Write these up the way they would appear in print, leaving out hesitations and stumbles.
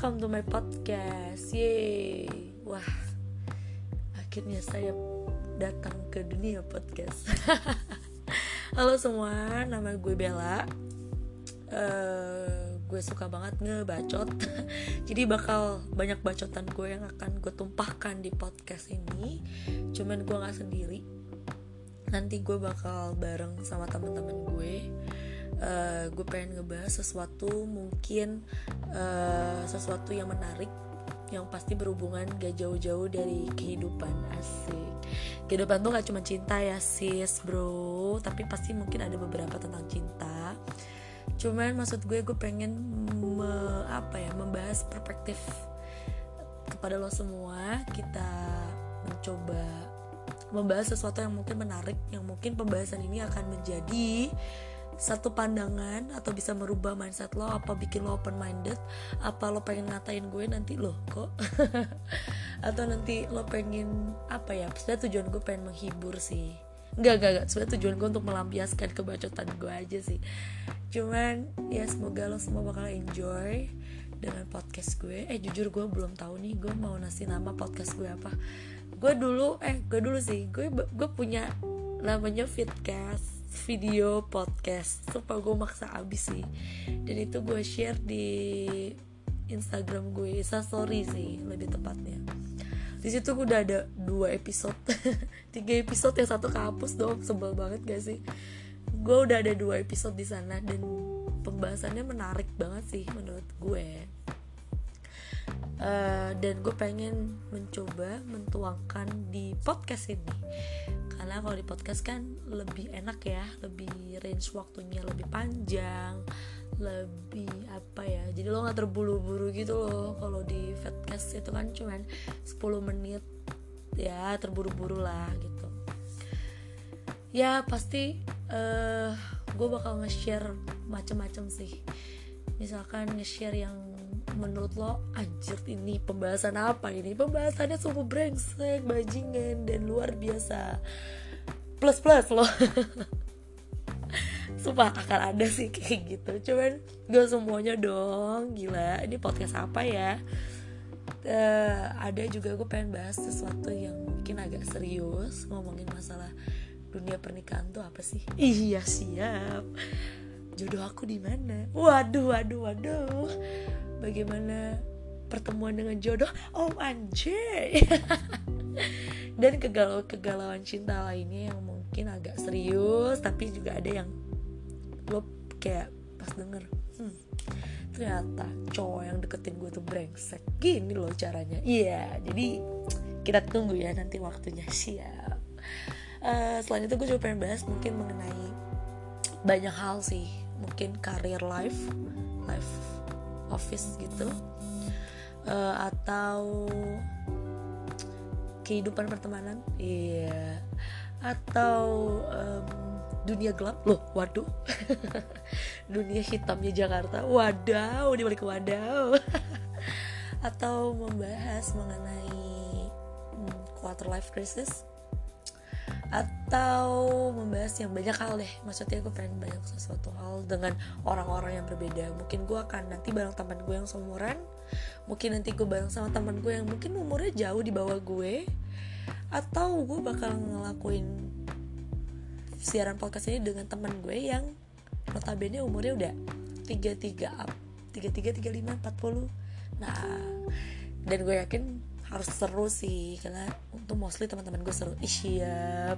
welcome to my podcast. Yeay. Wah, akhirnya saya datang ke dunia podcast. Halo semua, nama gue Bella. Gue suka banget ngebacot. Jadi bakal banyak bacotan gue yang akan gue tumpahkan di podcast ini. Cuman gue gak sendiri. Nanti gue bakal bareng sama teman-teman gue. Gue pengen ngebahas sesuatu mungkin sesuatu yang menarik, yang pasti berhubungan gak jauh-jauh dari kehidupan. Asik. Kehidupan tuh gak cuma cinta ya sis bro, tapi pasti mungkin ada beberapa tentang cinta. Cuman maksud gue pengen membahas perspektif kepada lo semua. Kita mencoba membahas sesuatu yang mungkin menarik, yang mungkin pembahasan ini akan menjadi satu pandangan atau bisa merubah mindset lo, apa bikin lo open minded, apa lo pengen ngatain gue nanti lo kok atau nanti lo pengen sebenarnya tujuan gue pengen menghibur sih, enggak sebenarnya tujuan gue untuk melampiaskan kebacotan gue aja sih. Cuman ya semoga lo semua bakal enjoy dengan podcast gue. Jujur gue belum tahu nih gue mau ngasih nama podcast gue apa. Gue dulu punya namanya Fitcast, video podcast. Sumpah gue maksa abis sih. Dan itu gue share di Instagram gue, Instastory sih lebih tepatnya. Di situ gue udah ada 2 episode 3 episode yang satu kehapus dong. Sebel banget gak sih? Gue udah ada 2 episode di sana dan pembahasannya menarik banget sih menurut gue. Dan gue pengen mencoba mentuangkan di podcast ini, karena kalau di podcast kan lebih enak ya, lebih range waktunya lebih panjang, lebih jadi lo gak terburu-buru gitu loh. Kalau di podcast itu kan cuman 10 menit ya, terburu-buru lah gitu. Ya pasti gue bakal nge-share macam-macam sih. Misalkan nge-share yang menurut lo, anjir ini pembahasan apa ini? Pembahasannya sungguh brengsek, bajingan, dan luar biasa. Plus loh. Sumpah akan ada sih kayak gitu. Cuman gak semuanya dong, gila. Ini podcast apa ya? Ada juga gue pengen bahas sesuatu yang mungkin agak serius, ngomongin masalah dunia pernikahan tuh apa sih? Iya siap. Jodoh aku di mana? Waduh. Bagaimana pertemuan dengan jodoh? Oh anjay. Dan kegalauan cinta lainnya yang mungkin agak serius, tapi juga ada yang lo kayak pas denger ternyata cowok yang deketin gue tuh brengsek, gini loh caranya. Iya, jadi kita tunggu ya nanti waktunya. Siap. Selain itu gue juga pengen bahas mungkin mengenai banyak hal sih. Mungkin career life office gitu, atau kehidupan pertemanan, iya, atau dunia gelap loh, waduh. Dunia hitamnya Jakarta, wadaw, dibalik wadaw. Atau membahas mengenai quarter life crisis, atau membahas yang banyak hal deh. Maksudnya gue pengen banyak sesuatu hal dengan orang-orang yang berbeda. Mungkin gue akan nanti bareng teman gue yang seumuran, mungkin nanti gue bareng sama teman gue yang mungkin umurnya jauh di bawah gue, atau gue bakal ngelakuin siaran podcast ini dengan teman gue yang notabene umurnya udah 33 up, 33, 35, 40. Nah, dan gue yakin harus seru sih, karena untuk mostly teman-teman gue seru. Siap.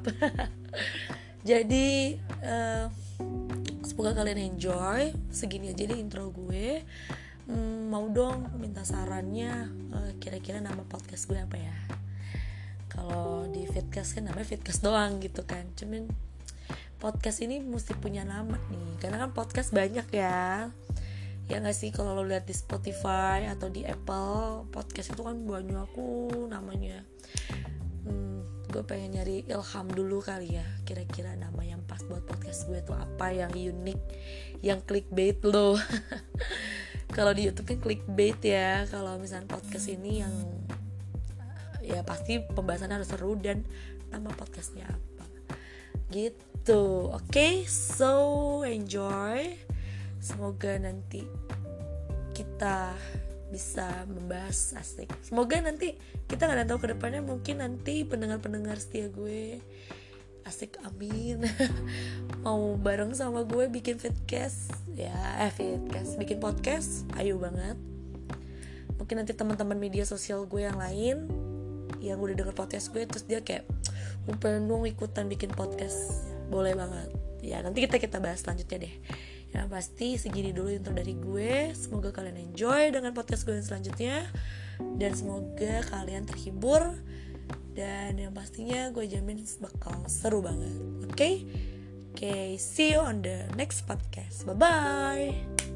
Jadi semoga kalian enjoy. Segini aja deh intro gue. Mau dong minta sarannya, kira-kira nama podcast gue apa ya? Kalau di Fitcast kan namanya Fitcast doang gitu kan. Cuman podcast ini mesti punya nama nih, karena kan podcast banyak ya. Ya gak sih, kalau lo lihat di Spotify atau di Apple Podcast itu kan banyak namanya. Gue pengen nyari ilham dulu kali ya, kira-kira nama yang pas buat podcast gue tuh apa, yang unik, yang clickbait lo. Kalau di YouTube kan clickbait ya. Kalau misalnya podcast ini yang ya pasti pembahasannya harus seru dan nama podcastnya apa gitu. Oke, so enjoy. Semoga nanti kita bisa membahas asik. Semoga nanti kita nggak tahu kedepannya, mungkin nanti pendengar-pendengar setia gue asik, amin mau bareng sama gue bikin fitcast ya, bikin podcast, ayo banget. Mungkin nanti teman-teman media sosial gue yang lain yang udah denger podcast gue terus dia kayak pengen dong ikutan bikin podcast, boleh banget ya, nanti kita bahas selanjutnya deh. Yang pasti segini dulu intro dari gue. Semoga kalian enjoy dengan podcast gue yang selanjutnya, dan semoga kalian terhibur, dan yang pastinya gue jamin bakal seru banget. Oke, see you on the next podcast. Bye bye.